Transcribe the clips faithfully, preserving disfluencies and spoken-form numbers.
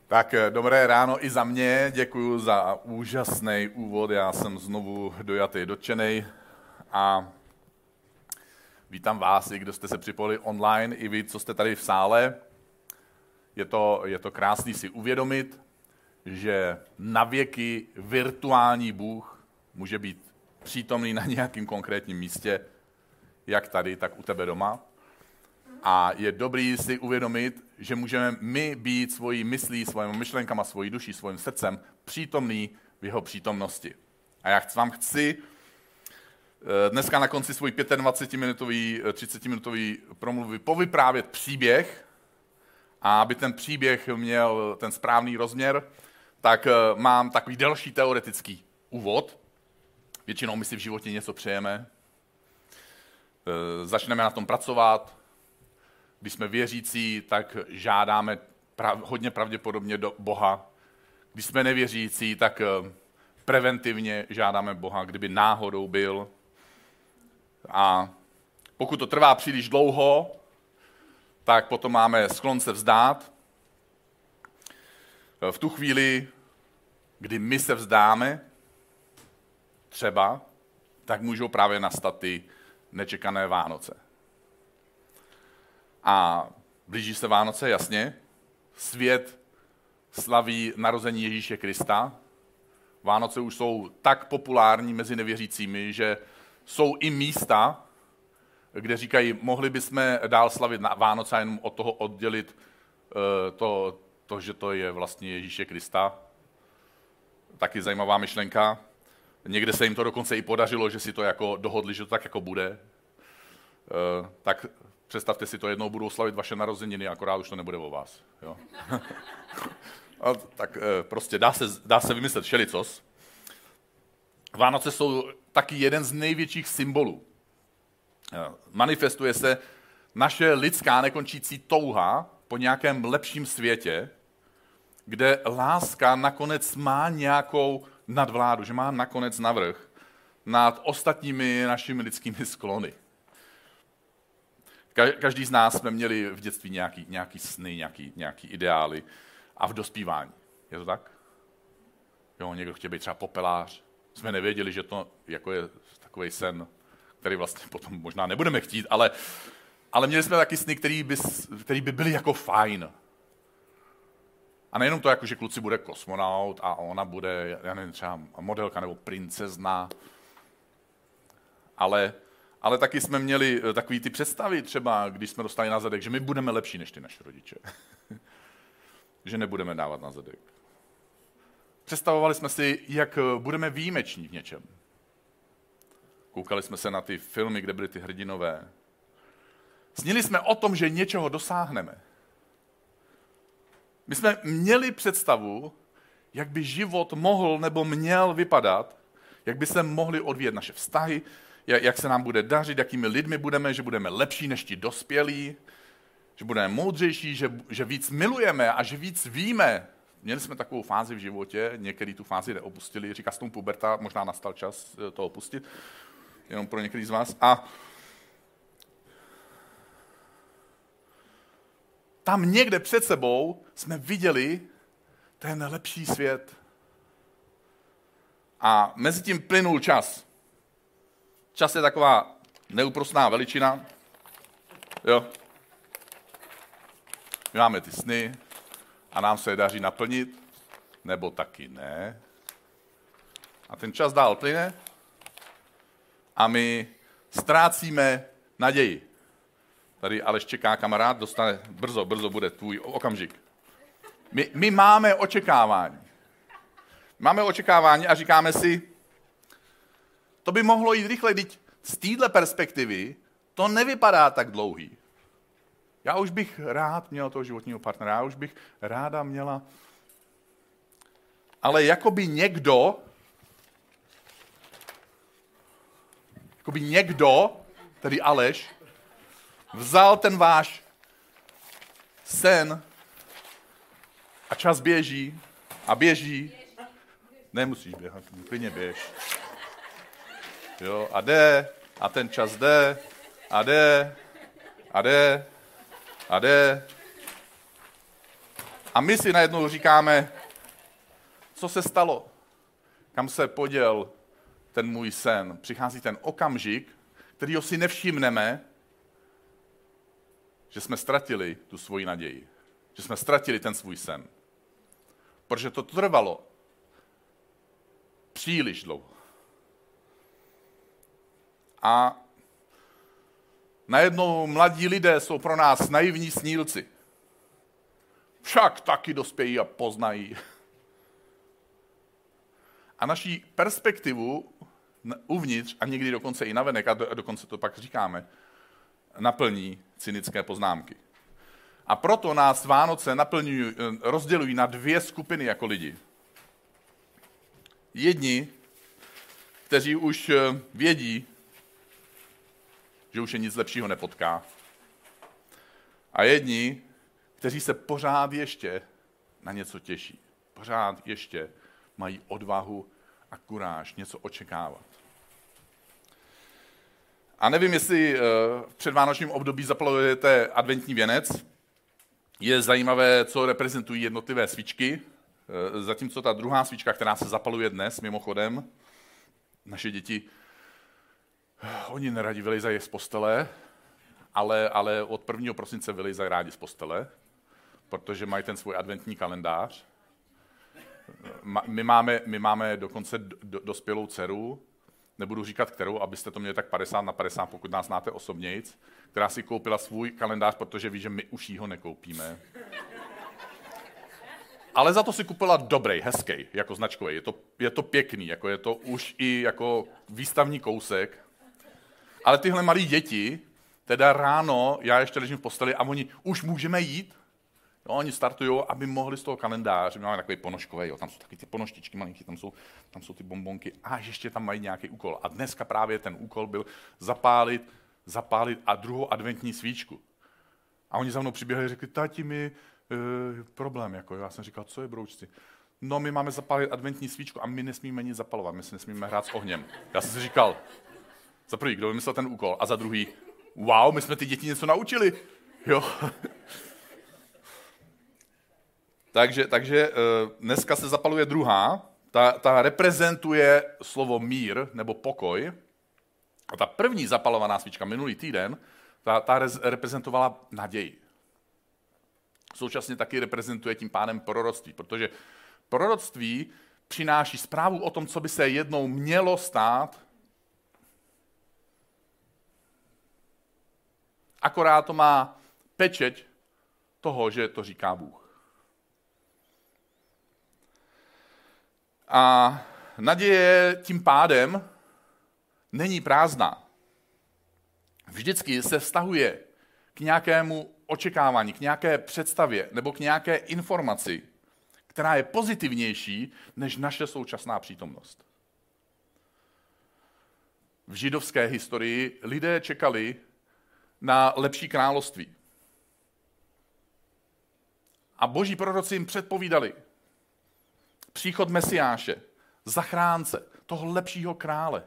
Tak dobré ráno i za mě, děkuji za úžasný úvod, já jsem znovu dojatý, dotčenej a vítám vás, i kdo jste se připojili online, i vy, co jste tady v sále. Je to, je to krásný si uvědomit, že na věky virtuální Bůh může být přítomný na nějakém konkrétním místě, jak tady, tak u tebe doma. A je dobrý si uvědomit, že můžeme my být svojí myslí, svými myšlenkama, svojí duší, svým srdcem přítomný v jeho přítomnosti. A já vám chci dneska na konci svůj dvacetipětiminutový, třicetiminutový promluvy povyprávět příběh, a aby ten příběh měl ten správný rozměr, tak mám takový delší teoretický úvod. Většinou my si v životě něco přejeme, začneme na tom pracovat. Když jsme věřící, tak žádáme prav, hodně pravděpodobně do Boha. Když jsme nevěřící, tak preventivně žádáme Boha, kdyby náhodou byl. A pokud to trvá příliš dlouho, tak potom máme sklon se vzdát. V tu chvíli, kdy my se vzdáme, třeba, tak můžou právě nastat ty nečekané Vánoce. A blíží se Vánoce, jasně. Svět slaví narození Ježíše Krista. Vánoce už jsou tak populární mezi nevěřícími, že jsou i místa, kde říkají, mohli bychom dál slavit na Vánoce a jenom od toho oddělit to, to, že to je vlastně Ježíše Krista. Taky zajímavá myšlenka. Někde se jim to dokonce i podařilo, že si to jako dohodli, že to tak jako bude. Tak představte si to, jednou budou slavit vaše narozeniny, akorát už to nebude o vás. Jo? A tak prostě dá se, dá se vymyslet všelicos. Vánoce jsou taky jeden z největších symbolů. Manifestuje se naše lidská nekončící touha po nějakém lepším světě, kde láska nakonec má nějakou nadvládu, že má nakonec navrch nad ostatními našimi lidskými sklony. Každý z nás jsme měli v dětství nějaký, nějaký sny, nějaký, nějaký ideály a v dospívání. Je to tak? Jo, někdo chtěl být třeba popelář. Jsme nevěděli, že to jako je takovej sen, který vlastně potom možná nebudeme chtít, ale, ale měli jsme taky sny, který by, který by byly jako fajn. A nejenom to, jako, že kluci bude kosmonaut a ona bude, já nevím, třeba modelka nebo princezna, ale Ale taky jsme měli takový ty představy třeba, když jsme dostali na zadek, že my budeme lepší než ty naše rodiče. Že nebudeme dávat na zadek. Představovali jsme si, jak budeme výjimeční v něčem. Koukali jsme se na ty filmy, kde byly ty hrdinové. Snili jsme o tom, že něčeho dosáhneme. My jsme měli představu, jak by život mohl nebo měl vypadat, jak by se mohly odvíjet naše vztahy, jak se nám bude dařit, jakými lidmi budeme, že budeme lepší než ti dospělí, že budeme moudřejší, že, že víc milujeme a že víc víme. Měli jsme takovou fázi v životě, některý tu fázi neopustili, říká s tomu puberta, možná nastal čas to opustit, jenom pro některý z vás. A tam někde před sebou jsme viděli ten lepší svět. A mezi tím plynul čas. Čas je taková neúprosná veličina. Jo. My máme ty sny a nám se je daří naplnit, nebo taky ne. A ten čas dál plyne a my ztrácíme naději. Tady Aleš čeká, kamarád, dostane, brzo, brzo bude tvůj okamžik. My, my máme očekávání. Máme očekávání a říkáme si, to by mohlo jít rychle, když z téhle perspektivy to nevypadá tak dlouhý. Já už bych rád měl toho životního partnera, já už bych ráda měla. Ale jakoby někdo, jakoby někdo, tedy Aleš, vzal ten váš sen a čas běží a běží. Nemusíš běhat, klidně běž. Jo, a jde, a ten čas jde, a jde, a jde, a jde. A my si najednou říkáme, co se stalo? Kam se poděl ten můj sen? Přichází ten okamžik, kterýho si nevšimneme, že jsme ztratili tu svoji naději. Že jsme ztratili ten svůj sen. Protože to trvalo příliš dlouho. A najednou mladí lidé jsou pro nás naivní snílci. Však taky dospějí a poznají. A naší perspektivu uvnitř, a někdy dokonce i navenek, a dokonce to pak říkáme, naplní cynické poznámky. A proto nás Vánoce naplňují, rozdělují na dvě skupiny jako lidi. Jedni, kteří už vědí, že už je nic lepšího nepotká. A jedni, kteří se pořád ještě na něco těší. Pořád ještě mají odvahu a kuráž něco očekávat. A nevím, jestli v předvánočním období zapalujete adventní věnec. Je zajímavé, co reprezentují jednotlivé svíčky. Zatímco ta druhá svíčka, která se zapaluje dnes, mimochodem, naše děti, oni neradi vylejzají z postele, ale, ale od prvního prosince vylejzají rádi z postele, protože mají ten svůj adventní kalendář. My máme, my máme dokonce do, dospělou dceru, nebudu říkat kterou, abyste to měli tak padesát na padesát, pokud nás znáte osobnějc, která si koupila svůj kalendář, protože ví, že my už jí ho nekoupíme. Ale za to si koupila dobrý, hezký, jako značkový. Je to, je to pěkný, jako je to už i jako výstavní kousek. Ale tyhle malí děti, teda ráno, já ještě ležím v posteli a oni, už můžeme jít? Jo, oni startují, aby mohli z toho kalendáře, máme takový ponožkový, jo, tam jsou taky ty ponožtičky malinký, tam jsou, tam jsou ty bonbonky a ještě tam mají nějaký úkol. A dneska právě ten úkol byl zapálit, zapálit a druhou adventní svíčku. A oni za mnou přiběhli a řekli, tati, mi e, problém, jako já jsem říkal, co je, broučci? No, my máme zapálit adventní svíčku a my nesmíme nic zapalovat, my si nesmíme hrát s ohněm. Já jsem si říkal, za prvý, kdo vymyslel ten úkol, a za druhý, wow, my jsme ty děti něco naučili, jo. takže, takže dneska se zapaluje druhá, ta, ta reprezentuje slovo mír nebo pokoj. A ta první zapalovaná svíčka minulý týden, ta, ta reprezentovala naději. Současně taky reprezentuje tím pádem proroctví, protože proroctví přináší zprávu o tom, co by se jednou mělo stát, akorát to má pečeť toho, že to říká Bůh. A naděje tím pádem není prázdná. Vždycky se vztahuje k nějakému očekávání, k nějaké představě nebo k nějaké informaci, která je pozitivnější než naše současná přítomnost. V židovské historii lidé čekali na lepší království. A boží proroci jim předpovídali příchod Mesiáše, zachránce, toho lepšího krále.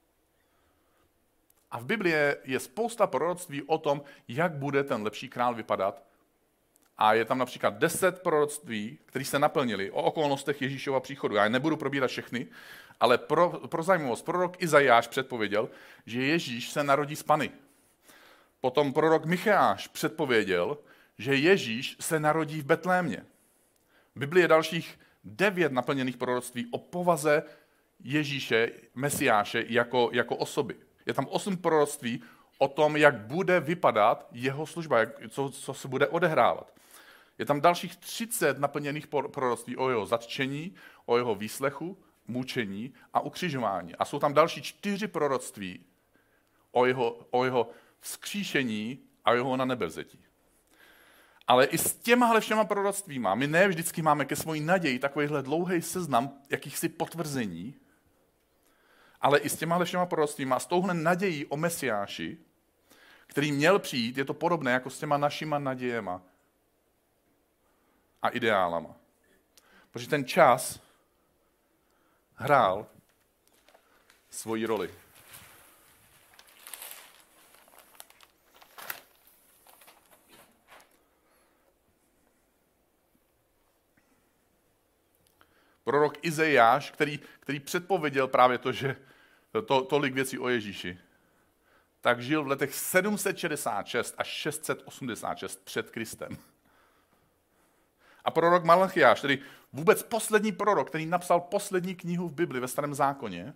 A v Biblii je spousta proroctví o tom, jak bude ten lepší král vypadat. A je tam například deset proroctví, které se naplnily o okolnostech Ježíšova příchodu. Já je nebudu probírat všechny, ale pro, pro zajímavost, prorok Izajáš předpověděl, že Ježíš se narodí z Panny. Potom prorok Micheáš předpověděl, že Ježíš se narodí v Betlémě. V Biblii je dalších devět naplněných proroctví o povaze Ježíše, Mesiáše jako, jako osoby. Je tam osm proroctví o tom, jak bude vypadat jeho služba, jak, co, co se bude odehrávat. Je tam dalších třicet naplněných proroctví o jeho zatčení, o jeho výslechu, mučení a ukřižování. A jsou tam další čtyři proroctví o jeho, o jeho vzkříšení a jeho na nebevzetí. Ale i s těmahle všema proroctvíma, my ne vždycky máme ke svojí naději takovýhle dlouhý seznam jakýchsi potvrzení, ale i s těmahle všema proroctvíma a s touhle nadějí o Mesiáši, který měl přijít, je to podobné jako s těma našima nadějema a ideálama. Protože ten čas hrál svoji roli. Prorok Izajáš, který, který předpověděl právě to, že to, tolik věcí o Ježíši, tak žil v letech sedm set šedesát šest až šest set osmdesát šest před Kristem. A prorok Malachiáš, tedy vůbec poslední prorok, který napsal poslední knihu v Bibli ve Starém zákoně,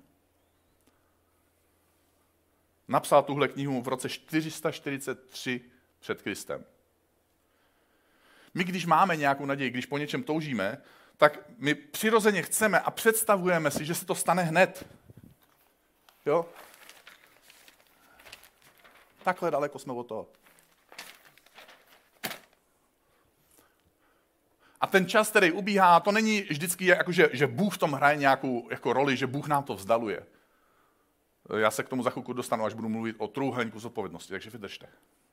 napsal tuhle knihu v roce čtyři sta čtyřicet tři před Kristem. My, když máme nějakou naději, když po něčem toužíme, tak my přirozeně chceme a představujeme si, že se to stane hned. Jo? Takhle daleko jsme od toho. A ten čas, který ubíhá, to není vždycky, jako že, že Bůh v tom hraje nějakou jako roli, že Bůh nám to vzdaluje. Já se k tomu za chvilku dostanu, až budu mluvit o trůhelníku zodpovědnosti, takže vydržte.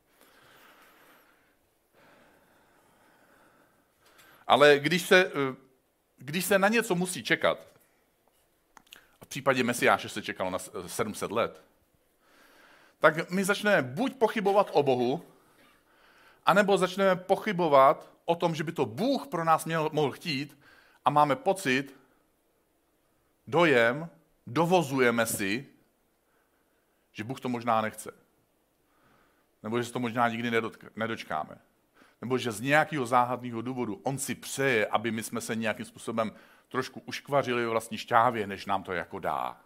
Ale když se, když se na něco musí čekat, v případě Mesiáše se čekalo na sedm set let, tak my začneme buď pochybovat o Bohu, anebo začneme pochybovat o tom, že by to Bůh pro nás měl, mohl chtít a máme pocit, dojem, dovozujeme si, že Bůh to možná nechce. Nebo že se to možná nikdy nedočkáme. Nebo že z nějakého záhadného důvodu on si přeje, aby my jsme se nějakým způsobem trošku uškvařili ve vlastní šťávě, než nám to jako dá.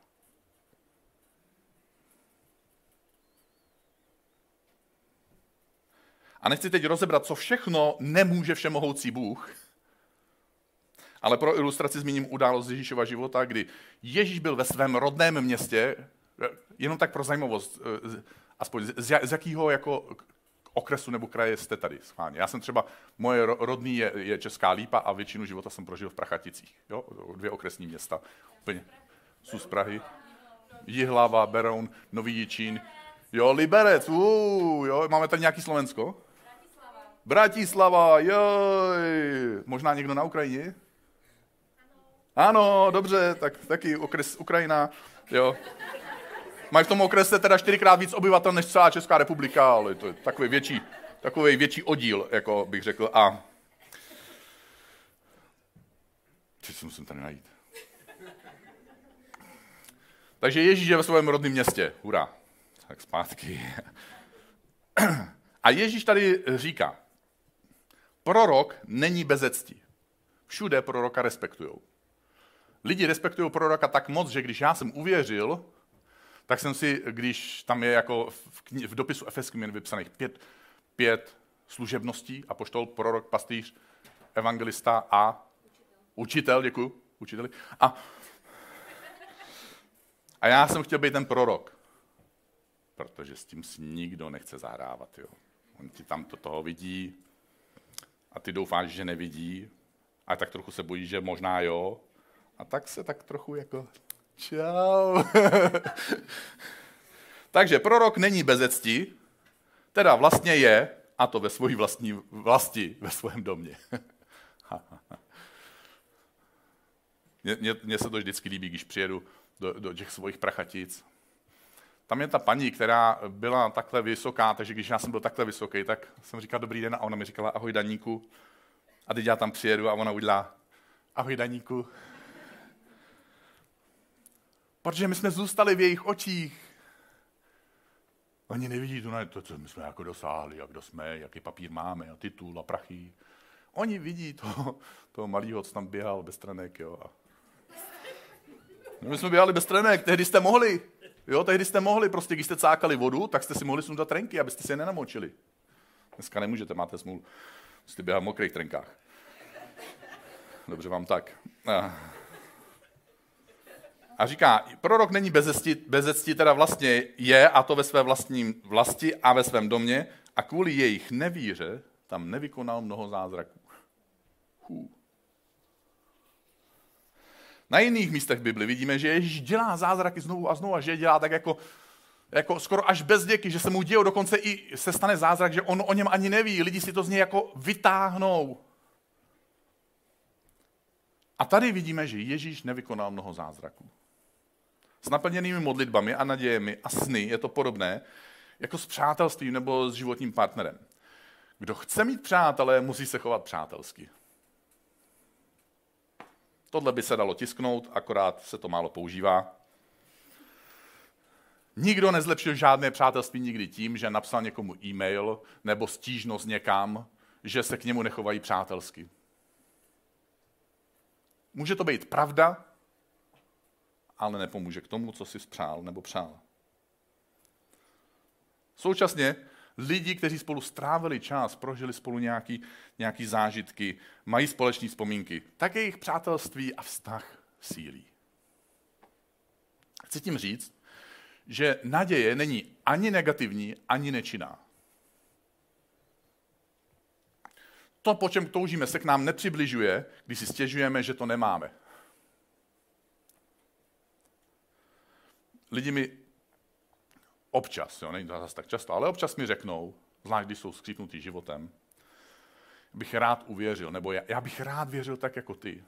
A nechci teď rozebrat, co všechno nemůže všemohoucí Bůh, ale pro ilustraci zmíním událost z Ježíšova života, kdy Ježíš byl ve svém rodném městě, jenom tak pro zajímavost, aspoň z, z jakého jako okresu nebo kraje jste tady schválně. Já jsem třeba, moje rodný je, je Česká Lípa a většinu života jsem prožil v Prachaticích. Jo? Dvě okresní města. Úplně. Jsou z Prahy. Jihlava, Beroun, Nový Jičín. Jo, Liberec, uh, jo, máme tady nějaký Slovensko? Bratislava. Bratislava, joj. Možná někdo na Ukrajině? Ano. Ano, dobře, tak taky okres Ukrajina, jo. Mají v tom okrese teda čtyřikrát víc obyvatel než celá Česká republika, ale to je takový větší, takový větší oddíl, jako bych řekl. A teď si musím tady najít. Takže Ježíš je ve svém rodném městě, hurá. Tak zpátky. A Ježíš tady říká, prorok není bezectí. Všude proroka respektujou. Lidi respektují proroka tak moc, že když já jsem uvěřil, tak jsem si, když tam je jako v, kni- v dopisu Efeským jen vypsaných pět, pět služebností, apoštol, prorok, pastýř, evangelista a učitel, děkuju, učiteli. A, a já jsem chtěl být ten prorok, protože s tím si nikdo nechce zahrávat. Jo. On ti tam to toho vidí a ty doufáš, že nevidí a tak trochu se bojí, že možná jo. A tak se tak trochu jako čau. Takže prorok není bezectí, teda vlastně je, a to ve svojí vlastní vlasti, ve svém domě. Mně se to vždycky líbí, když přijedu do, do těch svých Prachatic. Tam je ta paní, která byla takhle vysoká, takže když já jsem byl takhle vysoký, tak jsem říkal dobrý den a ona mi říkala ahoj Daníku. A teď já tam přijedu a ona udělá ahoj Daníku. Protože my jsme zůstali v jejich očích. Oni nevidí to, to, co my jsme jako dosáhli, a kdo jsme, jaký papír máme, a titul a prachy. Oni vidí to, toho malýho, co tam běhal bez trenek. Jo. A my jsme běhali bez trenek, tehdy jste mohli. Jo, tehdy jste mohli, prostě když jste cákali vodu, tak jste si mohli sundat trenky, abyste si je nenamočili. Dneska nemůžete, máte smůlu. Jste běhali v mokrých trenkách. Dobře vám tak. A říká, prorok není bezecti, bezecti, teda vlastně je, a to ve své vlastní vlasti a ve svém domě, a kvůli jejich nevíře tam nevykonal mnoho zázraků. Hů. Na jiných místech v Bibli vidíme, že Ježíš dělá zázraky znovu a znovu a že je dělá tak jako, jako skoro až bez děky, že se mu dějou, dokonce i se stane zázrak, že on o něm ani neví, lidi si to z něj jako vytáhnou. A tady vidíme, že Ježíš nevykonal mnoho zázraků. S naplněnými modlitbami a nadějemi a sny je to podobné jako s přátelstvím nebo s životním partnerem. Kdo chce mít přátelé, musí se chovat přátelsky. Tohle by se dalo tisknout, akorát se to málo používá. Nikdo nezlepšil žádné přátelství nikdy tím, že napsal někomu e-mail nebo stížnost někam, že se k němu nechovají přátelsky. Může to být pravda, ale nepomůže k tomu, co si spřál nebo přál. Současně lidi, kteří spolu strávili čas, prožili spolu nějaký, nějaký zážitky, mají společné vzpomínky, tak jejich přátelství a vztah sílí. Chci tím říct, že naděje není ani negativní, ani nečinná. To, po čem toužíme, se k nám nepřibližuje, když si stěžujeme, že to nemáme. Lidi mi občas, jo, není to zase tak často, ale občas mi řeknou, zvlášť když jsou skřípnutý životem, bych rád uvěřil, nebo já, já bych rád věřil tak jako ty.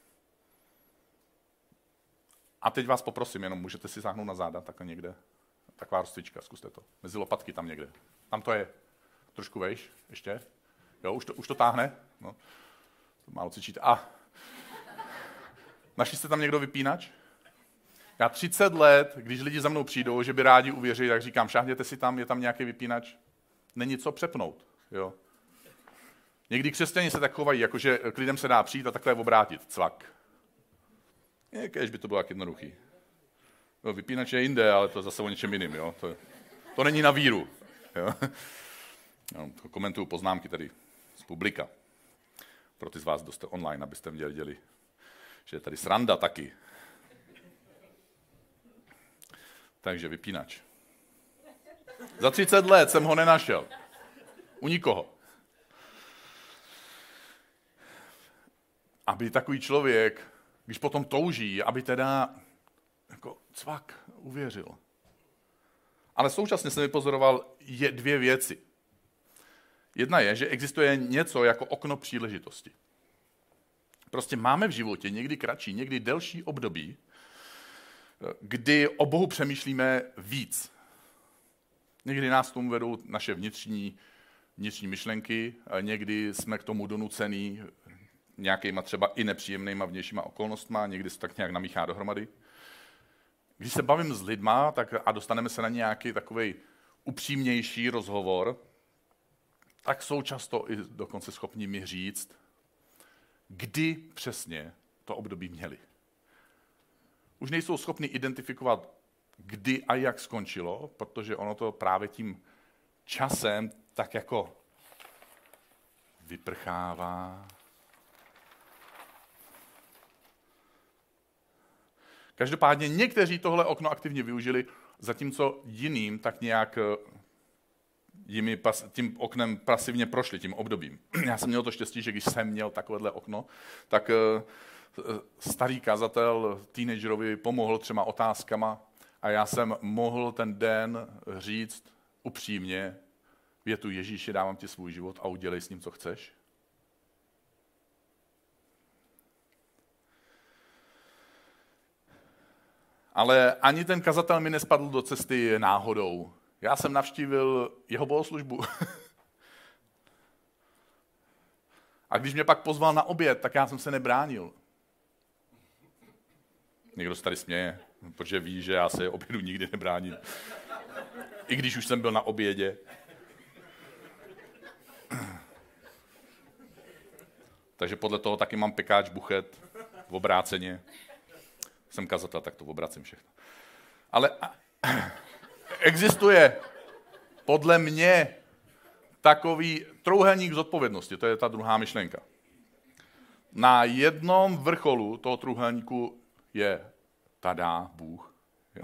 A teď vás poprosím, jenom můžete si sáhnout na záda, takhle někde. Taková rozcvička, zkuste to. Mezi lopatky tam někde. Tam to je. Trošku vejš, ještě. Jo, už to, už to táhne. No. To málo cvičíte. A. Našli jste tam někdo vypínač? Já třicet let, když lidi za mnou přijdou, že by rádi uvěřili, tak říkám, šáhněte si tam, je tam nějaký vypínač. Není co přepnout. Jo. Někdy křesťani se tak chovají, jakože k lidem se dá přijít a takhle obrátit. Cvak. Je, kež by to bylo jak jednoduchý. No, vypínač je jinde, ale to zase o něčem jiným. Jo? To, to není na víru. Jo? No, komentuju poznámky tady z publika. Pro ty z vás, kdo jste online, abyste věděli, že je tady sranda taky. Takže vypínač. Za třicet let jsem ho nenašel. U nikoho. Aby takový člověk, když potom touží, aby teda jako cvak uvěřil. Ale současně jsem vypozoroval je dvě věci. Jedna je, že existuje něco jako okno příležitosti. Prostě máme v životě někdy kratší, někdy delší období, kdy o Bohu přemýšlíme víc. Někdy nás k tomu vedou naše vnitřní, vnitřní myšlenky, a někdy jsme k tomu donucený nějakýma třeba i nepříjemnýma vnějšíma okolnostma, někdy se tak nějak namíchá dohromady. Když se bavím s lidma tak a dostaneme se na nějaký takovej upřímnější rozhovor, tak jsou často i dokonce schopni mi říct, kdy přesně to období měli. Už nejsou schopni identifikovat, kdy a jak skončilo, protože ono to právě tím časem tak jako vyprchává. Každopádně někteří tohle okno aktivně využili, zatímco jiným tak nějak jimi pas, tím oknem pasivně prošli, tím obdobím. Já jsem měl to štěstí, že když jsem měl takovéhle okno, tak starý kazatel teenagerovi pomohl třema otázkama a já jsem mohl ten den říct upřímně větu Ježíši, dávám ti svůj život a udělej s ním, co chceš. Ale ani ten kazatel mi nespadl do cesty náhodou. Já jsem navštívil jeho bohoslužbu. A když mě pak pozval na oběd, tak já jsem se nebránil. Někdo se tady směje, protože ví, že já se obědu nikdy nebráním. I když už jsem byl na obědě. Takže podle toho taky mám pekáč, buchet, v obráceně. Jsem kazatel, tak to obracím všechno. Ale existuje podle mě takový trůhelník zodpovědnosti, to je ta druhá myšlenka. Na jednom vrcholu toho trůhelníku je tada, Bůh. Jo.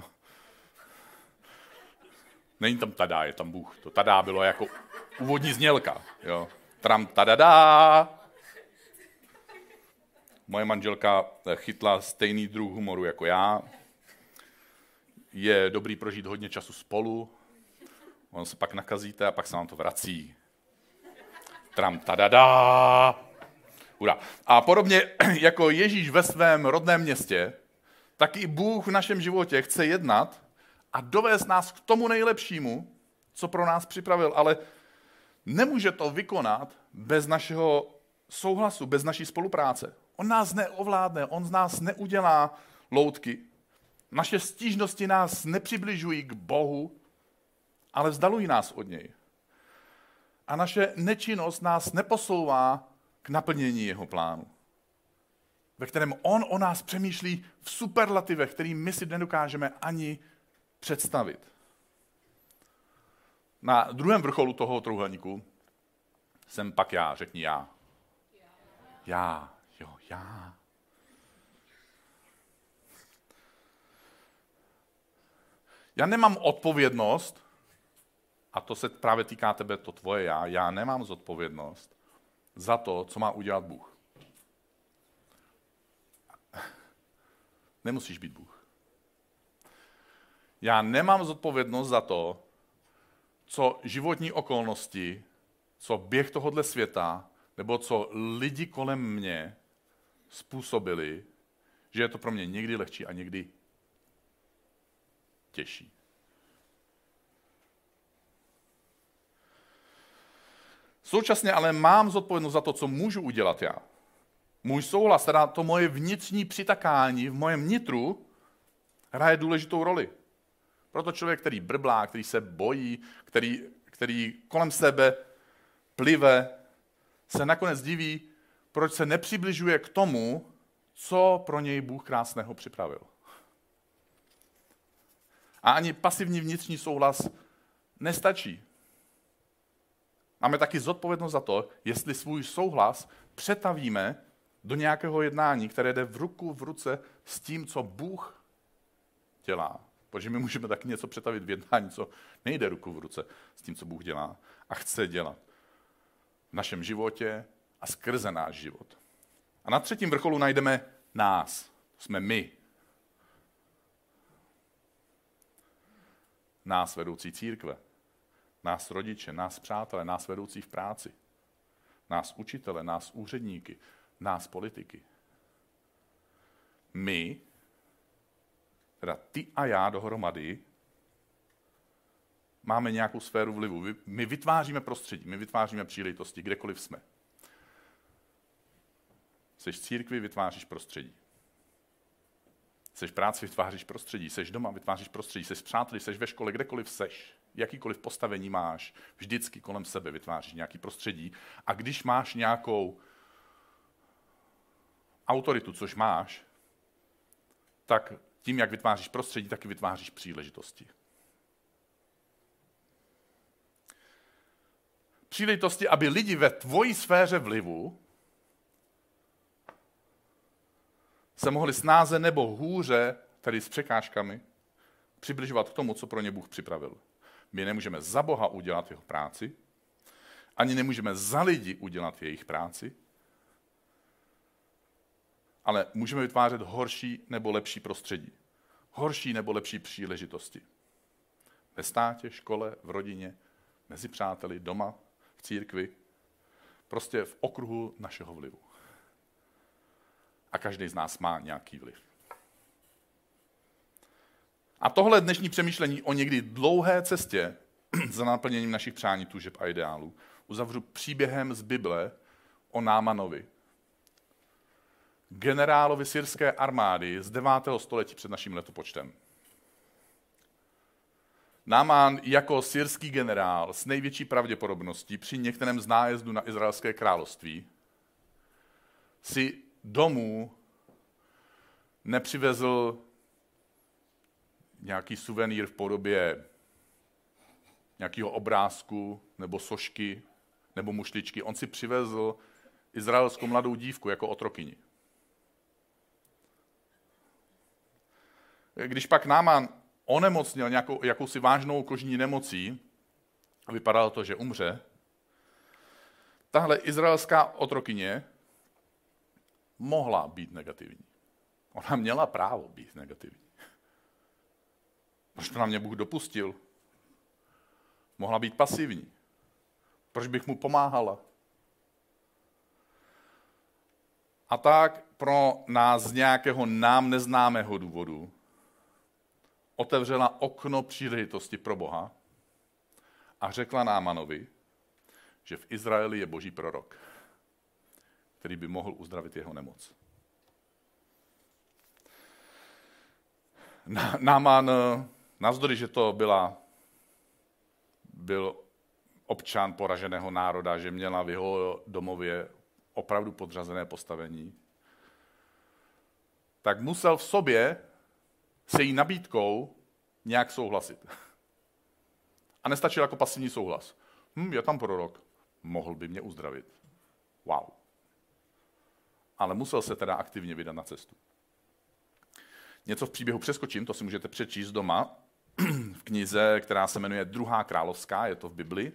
Není tam tada, je tam Bůh. To tada bylo jako úvodní znělka. Jo. Tram tadadá. Moje manželka chytla stejný druh humoru jako já. Je dobrý prožít hodně času spolu. On se pak nakazíte a pak se vám to vrací. Tram tadadá. Hurá. A podobně jako Ježíš ve svém rodném městě, tak i Bůh v našem životě chce jednat a dovést nás k tomu nejlepšímu, co pro nás připravil. Ale nemůže to vykonat bez našeho souhlasu, bez naší spolupráce. On nás neovládne, on z nás neudělá loutky. Naše stížnosti nás nepřibližují k Bohu, ale vzdalují nás od něj. A naše nečinnost nás neposouvá k naplnění jeho plánu, ve kterém on o nás přemýšlí v superlativech, který my si nedokážeme ani představit. Na druhém vrcholu toho trojúhelníku jsem pak já, řekni já. Já, jo, já. Já nemám odpovědnost, a to se právě týká tebe, to tvoje já, já nemám zodpovědnost za to, co má udělat Bůh. Nemusíš být Bůh. Já nemám zodpovědnost za to, co životní okolnosti, co běh tohohle světa, nebo co lidi kolem mě způsobili, že je to pro mě někdy lehčí a někdy těžší. Současně ale mám zodpovědnost za to, co můžu udělat já. Můj souhlas, teda to moje vnitřní přitakání v mojem nitru, hraje důležitou roli. Proto člověk, který brblá, který se bojí, který, který kolem sebe plive, se nakonec diví, proč se nepřibližuje k tomu, co pro něj Bůh krásného připravil. A ani pasivní vnitřní souhlas nestačí. Máme taky zodpovědnost za to, jestli svůj souhlas přetavíme do nějakého jednání, které jde v ruku v ruce s tím, co Bůh dělá. Protože my můžeme taky něco přetavit v jednání, co nejde ruku v ruce s tím, co Bůh dělá a chce dělat v našem životě a skrze náš život. A na třetím vrcholu najdeme nás. To jsme my. Nás vedoucí církve. Nás rodiče, nás přátelé, nás vedoucí v práci. Nás učitele, nás úředníky, nás politiky. My, teda ty a já dohromady, máme nějakou sféru vlivu. My vytváříme prostředí, my vytváříme příležitosti, kdekoliv jsme. Seš v církvi, vytváříš prostředí. Seš v práci, vytváříš prostředí. Seš doma, vytváříš prostředí. Seš s přáteli, seš ve škole, kdekoliv seš. Jakýkoliv postavení máš, vždycky kolem sebe vytváříš nějaký prostředí. A když máš nějakou autoritu, což máš, tak tím, jak vytváříš prostředí, taky vytváříš příležitosti. Příležitosti, aby lidi ve tvojí sféře vlivu se mohli snáze nebo hůře, tedy s překážkami, přibližovat k tomu, co pro ně Bůh připravil. My nemůžeme za Boha udělat jeho práci, ani nemůžeme za lidi udělat jejich práci, ale můžeme vytvářet horší nebo lepší prostředí. Horší nebo lepší příležitosti. Ve státě, škole, v rodině, mezi přáteli, doma, v církvi, prostě v okruhu našeho vlivu. A každý z nás má nějaký vliv. A tohle dnešní přemýšlení o někdy dlouhé cestě za naplněním našich přání, tužeb a ideálů uzavřu příběhem z Bible o Námanovi, generálovi syrské armády z devátého století před naším letopočtem. Náman jako syrský generál s největší pravděpodobností při některém z nájezdů na Izraelské království si domů nepřivezl nějaký suvenýr v podobě nějakého obrázku nebo sošky nebo mušličky. On si přivezl izraelskou mladou dívku jako otrokyni. Když pak Náman onemocněl nějakou, jakousi vážnou kožní nemocí, vypadalo to, že umře, tahle izraelská otrokyně mohla být negativní. Ona měla právo být negativní. Proč to na mě Bůh dopustil? Mohla být pasivní. Proč bych mu pomáhala? A tak pro nás z nějakého nám neznámého důvodu otevřela okno příležitosti pro Boha a řekla Námanovi, že v Izraeli je boží prorok, který by mohl uzdravit jeho nemoc. Náman, navzdory, že to byla, byl občan poraženého národa, že měla v jeho domově opravdu podřazené postavení, tak musel v sobě se jí nabídkou nějak souhlasit. A nestačil jako pasivní souhlas. Hm, je tam prorok, mohl by mě uzdravit. Wow. Ale musel se teda aktivně vydat na cestu. Něco v příběhu přeskočím, to si můžete přečíst doma, v knize, která se jmenuje Druhá královská, je to v Bibli.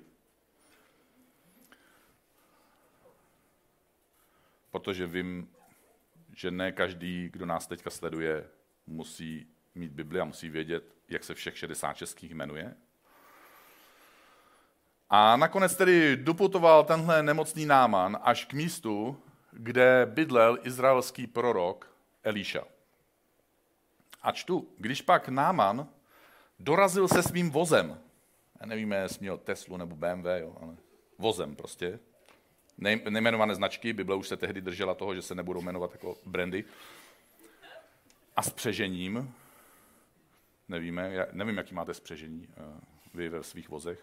Protože vím, že ne každý, kdo nás teďka sleduje, musí mít Bibli a musí vědět, jak se všech šedesát šest knih jmenuje. A nakonec tedy doputoval tenhle nemocný Náman až k místu, kde bydlel izraelský prorok Elíša. A čtu, když pak Náman dorazil se svým vozem, já nevíme, jestli měl Teslu nebo bé em vé, jo, ale vozem prostě, nejmenované značky, Bible už se tehdy držela toho, že se nebudou jmenovat jako brandy, a spřežením, nevíme, já nevím, jaký máte spřežení vy ve svých vozech,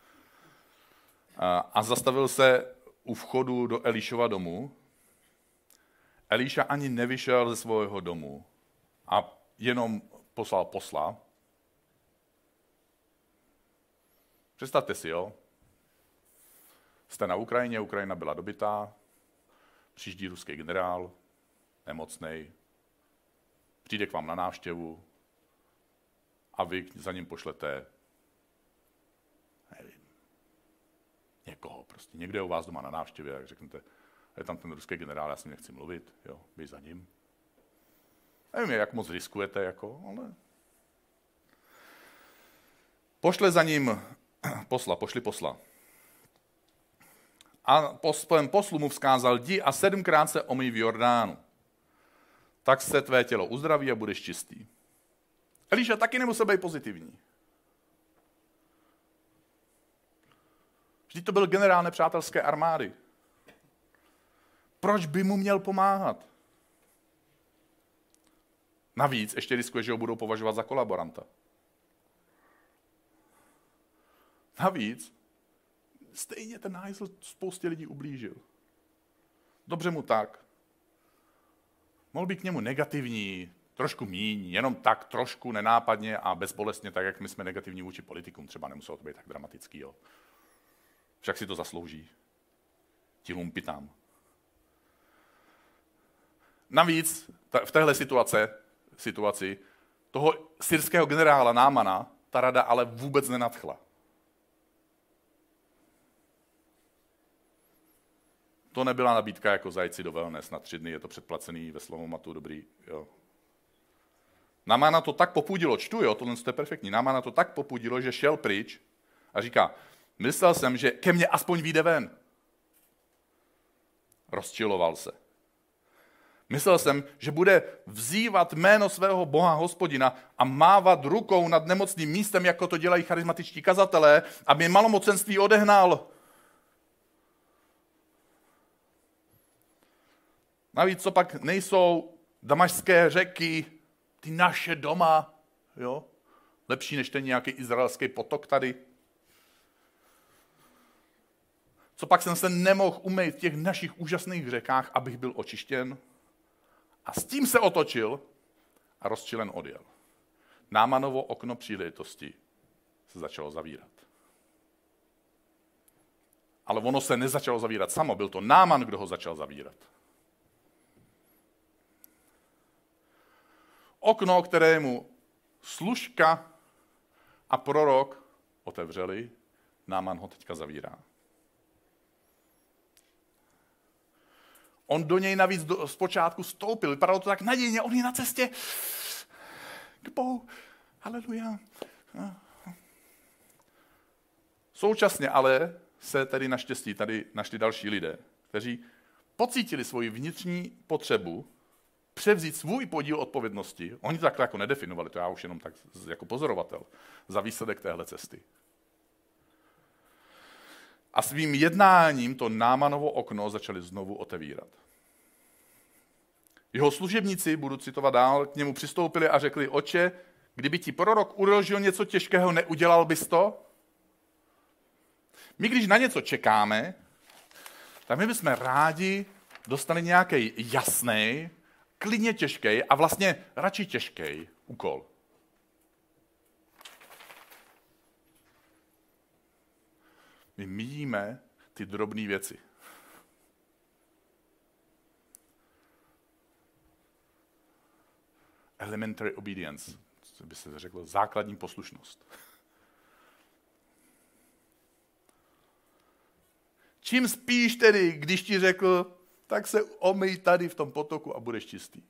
a, a zastavil se u vchodu do Elíšova domu. Elíša ani nevyšel ze svého domu a jenom poslal posla. Představte si, jo, jste na Ukrajině, Ukrajina byla dobytá, přijíždí ruský generál, nemocnej, přijde k vám na návštěvu a vy za ním pošlete, nevím, někoho prostě. Někde je u vás doma na návštěvě, jak řeknete, je tam ten ruský generál, já s ním nechci mluvit, jo, běž za ním. Nevím, jak moc riskujete, jako, ale... Pošle za ním posla, pošli posla. A po svém poslu mu vzkázal, jdi a sedmkrát se omyj v Jordánu. Tak se tvé tělo uzdraví a budeš čistý. Elíša taky nemusel být pozitivní. Vždyť to byl generál nepřátelské armády. Proč by mu měl pomáhat? Navíc ještě riskuje, že ho budou považovat za kolaboranta. Navíc stejně ten nájzl spoustě lidí ublížil. Dobře mu tak. Mohl být k němu negativní, trošku míň, jenom tak, trošku nenápadně a bezbolestně, tak jak my jsme negativní vůči politikům. Třeba nemuselo to být tak dramatický. Jo. Však si to zaslouží. Ti lumpitám. Navíc v téhle situace, situaci toho syrského generála Námana ta rada ale vůbec nenadchla. To nebyla nabídka jako zajít do wellness na tři dny, je to předplacený ve Slovomatu, dobrý, jo. Námana to tak popudilo, čtu, jo, tohle je perfektní, Námana to tak popudilo, že šel pryč a říká, myslel jsem, že ke mně aspoň vyjde ven. Rozčiloval se. Myslel jsem, že bude vzývat jméno svého Boha Hospodina a mávat rukou nad nemocným místem, jako to dělají charismatičtí kazatelé, aby malomocenství odehnal. Navíc, co pak nejsou damašské řeky, ty naše doma, jo? Lepší než ten nějaký izraelský potok tady. Co pak jsem se nemohl umýt v těch našich úžasných řekách, abych byl očištěn? A s tím se otočil a rozčilen odjel. Námanovo okno příležitosti se začalo zavírat. Ale ono se nezačalo zavírat samo, byl to Náman, kdo ho začal zavírat. Okno, kterému služka a prorok otevřeli, Náman ho teďka zavírá. On do něj navíc do, zpočátku vstoupil, vypadalo to tak nadějně, on je na cestě k Bohu, haleluja. Současně ale se tady naštěstí tady našli další lidé, kteří pocítili svoji vnitřní potřebu převzít svůj podíl odpovědnosti. Oni to takhle jako nedefinovali, to já už jenom tak jako pozorovatel, za výsledek téhle cesty. A svým jednáním to Námanovo okno začali znovu otevírat. Jeho služebníci, budu citovat dál, k němu přistoupili a řekli, oče, Kdyby ti prorok uložil něco těžkého, neudělal bys to? My, když na něco čekáme, tak my bychom rádi dostali nějaký jasný, klidně těžký a vlastně radši těžký úkol. My míjíme ty drobné věci. Elementary obedience, co by se řeklo, základní poslušnost. Čím spíš tedy, když ti řekl, tak se omyj tady v tom potoku a budeš čistý.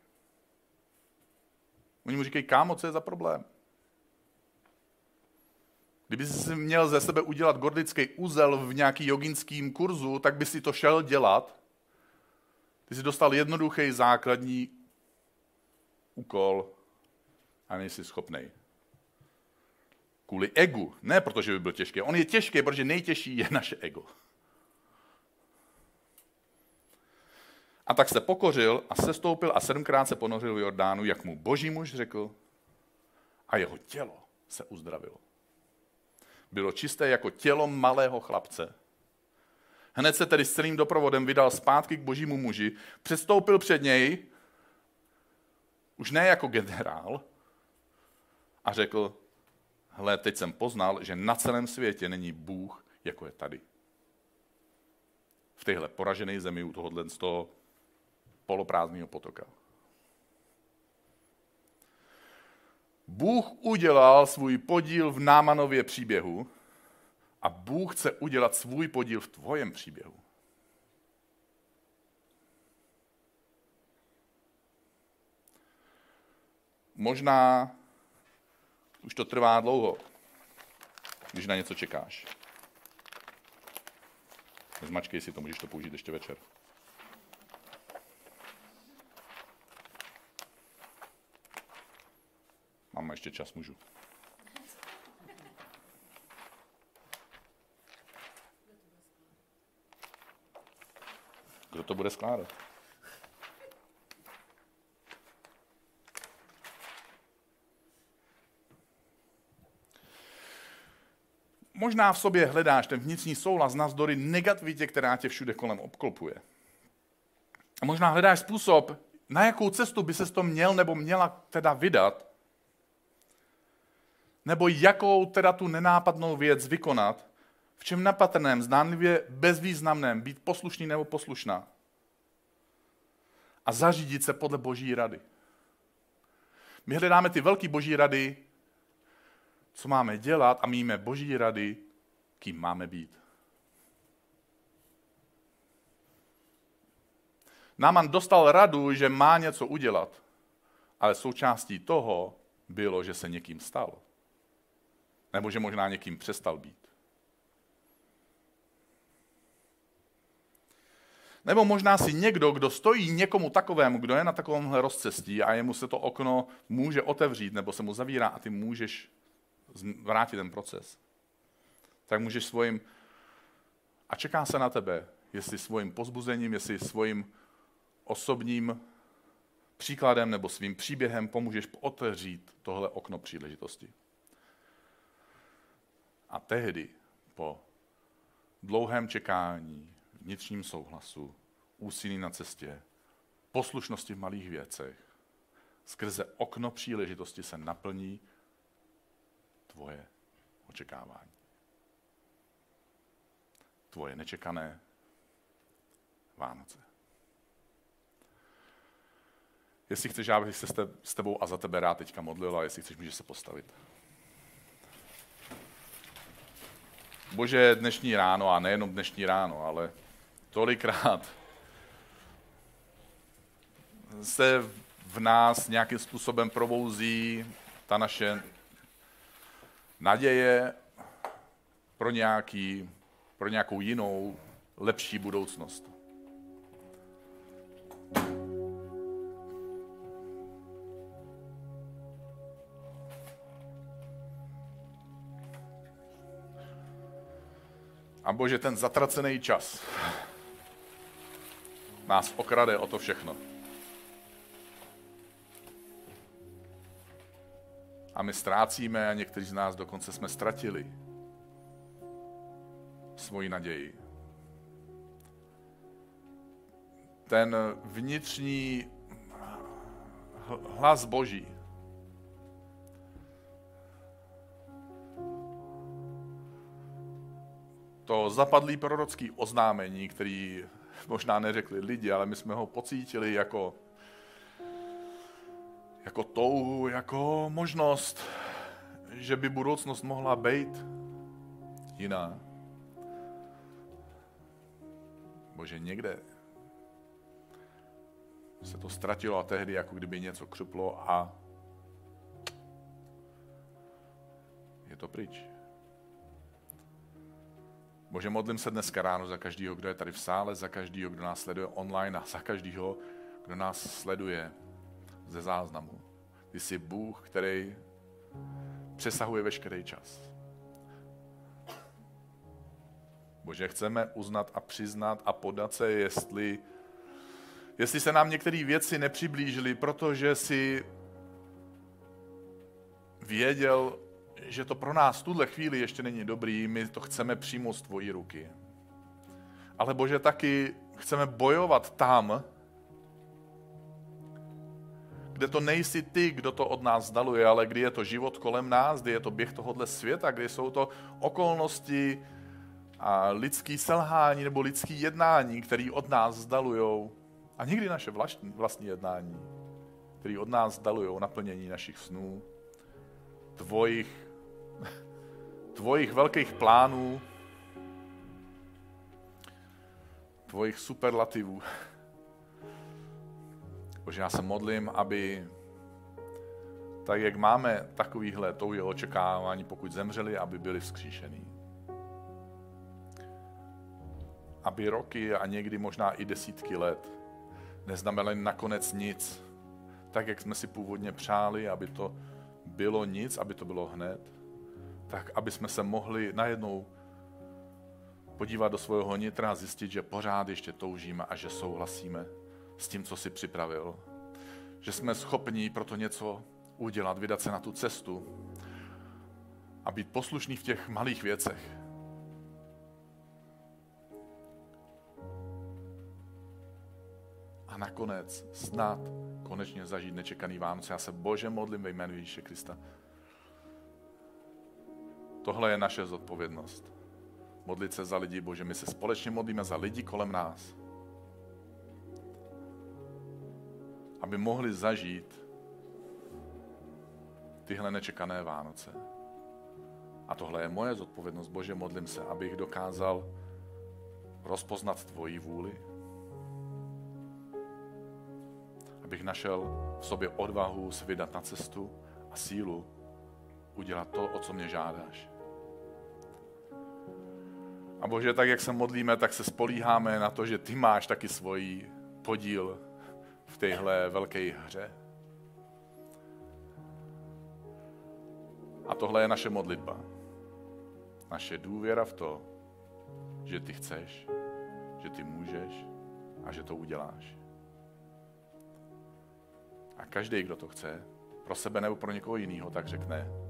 Oni mu říkají, kámo, co je za problém? Kdyby jsi měl ze sebe udělat gordický úzel v nějaký joginským kurzu, tak by si to šel dělat. Ty jsi dostal jednoduchý základní úkol a nejsi schopnej. Kvůli egu, ne protože by byl těžký. On je těžký, protože nejtěžší je naše ego. A tak se pokořil a sestoupil a sedmkrát se ponořil v Jordánu, jak mu boží muž řekl, a jeho tělo se uzdravilo. Bylo čisté jako tělo malého chlapce. Hned se tedy s celým doprovodem vydal zpátky k božímu muži, předstoupil před něj, už ne jako generál, a řekl, hle, teď jsem poznal, že na celém světě není Bůh, jako je tady. V téhle poražené zemi u tohohle z toho poloprázdného potoka. Bůh udělal svůj podíl v Námanově příběhu a Bůh chce udělat svůj podíl v tvojem příběhu. Možná už to trvá dlouho, když na něco čekáš. Nezmačkej si to, můžeš to použít ještě večer. Mám ještě čas, můžu. Kdo to bude skládat? Možná v sobě hledáš ten vnitřní souhlas navzdory negativitě, která tě všude kolem obklopuje. A možná hledáš způsob, na jakou cestu by ses to měl nebo měla teda vydat, nebo jakou teda tu nenápadnou věc vykonat, v čem nepatrném, zdánlivě bezvýznamném, být poslušný nebo poslušná. A zařídit se podle boží rady. My hledáme ty velké boží rady, co máme dělat, a míme boží rady, kým máme být. Náman dostal radu, že má něco udělat, ale součástí toho bylo, že se někým stal. Nebo že možná někým přestal být. Nebo možná si někdo, kdo stojí někomu takovému, kdo je na takovémhle rozcestí a jemu se to okno může otevřít nebo se mu zavírá a ty můžeš vrátit ten proces. Tak můžeš svým, a čeká se na tebe, jestli svým pozbuzením, jestli svým osobním příkladem nebo svým příběhem pomůžeš otevřít tohle okno příležitosti. A tehdy, po dlouhém čekání, vnitřním souhlasu, úsilí na cestě, poslušnosti v malých věcech, skrze okno příležitosti se naplní tvoje očekávání. Tvoje nečekané Vánoce. Jestli chceš, abych se s tebou a za tebe rád teďka modlil, a jestli chceš, můžeš se postavit. Bože, dnešní ráno, a nejenom dnešní ráno, ale tolikrát se v nás nějakým způsobem probouzí ta naše naděje pro, nějaký, pro nějakou jinou, lepší budoucnost. A Bože, ten zatracený čas nás okrade o to všechno. A my ztrácíme a někteří z nás dokonce jsme ztratili svoji naději. Ten vnitřní hlas Boží to zapadlý prorocký oznámení, který možná neřekli lidi, ale my jsme ho pocítili jako, jako touhu, jako možnost, že by budoucnost mohla být jiná. Bože, někde se to ztratilo a tehdy jako kdyby něco křuplo a je to pryč. Bože, modlím se dneska ráno za každýho, kdo je tady v sále, za každýho, kdo nás sleduje online a za každýho, kdo nás sleduje ze záznamu. Ty jsi Bůh, který přesahuje veškerý čas. Bože, chceme uznat a přiznat a podat se, jestli, jestli se nám některé věci nepřiblížily, protože jsi věděl, že to pro nás v tuhle chvíli ještě není dobrý, my to chceme přijmout z tvojí ruky. Ale Bože, taky chceme bojovat tam, kde to nejsi ty, kdo to od nás vzdaluje, ale kdy je to život kolem nás, kdy je to běh tohohle světa, kdy jsou to okolnosti a lidský selhání nebo lidský jednání, který od nás vzdalujou. A někdy naše vlastní, vlastní jednání, který od nás vzdalujou naplnění našich snů, tvojich, tvojich velkých plánů, tvojich superlativů. Bože, já se modlím, aby tak, jak máme takovýhle touhy očekávání, pokud zemřeli, aby byli vzkříšení. Aby roky a někdy možná i desítky let neznamenaly nakonec nic, tak, jak jsme si původně přáli, aby to bylo nic, aby to bylo hned, tak, aby jsme se mohli najednou podívat do svého nitra a zjistit, že pořád ještě toužíme a že souhlasíme s tím, co si připravil. Že jsme schopni pro to něco udělat, vydat se na tu cestu a být poslušní v těch malých věcech. A nakonec snad konečně zažít nečekaný Vánoce. Já se, Bože, modlím ve jménu Ježíše Krista. Tohle je naše zodpovědnost. Modlit se za lidi, Bože, my se společně modlíme za lidi kolem nás. Aby mohli zažít tyhle nečekané Vánoce. A tohle je moje zodpovědnost, Bože, modlím se, abych dokázal rozpoznat tvoji vůli. Abych našel v sobě odvahu se vydat na cestu a sílu udělat to, o co mě žádáš. A Bože, tak jak se modlíme, tak se spolíháme na to, že ty máš taky svůj podíl v téhle velké hře. A tohle je naše modlitba. Naše důvěra v to, že ty chceš, že ty můžeš a že to uděláš. A každý, kdo to chce, pro sebe nebo pro někoho jiného, tak řekne,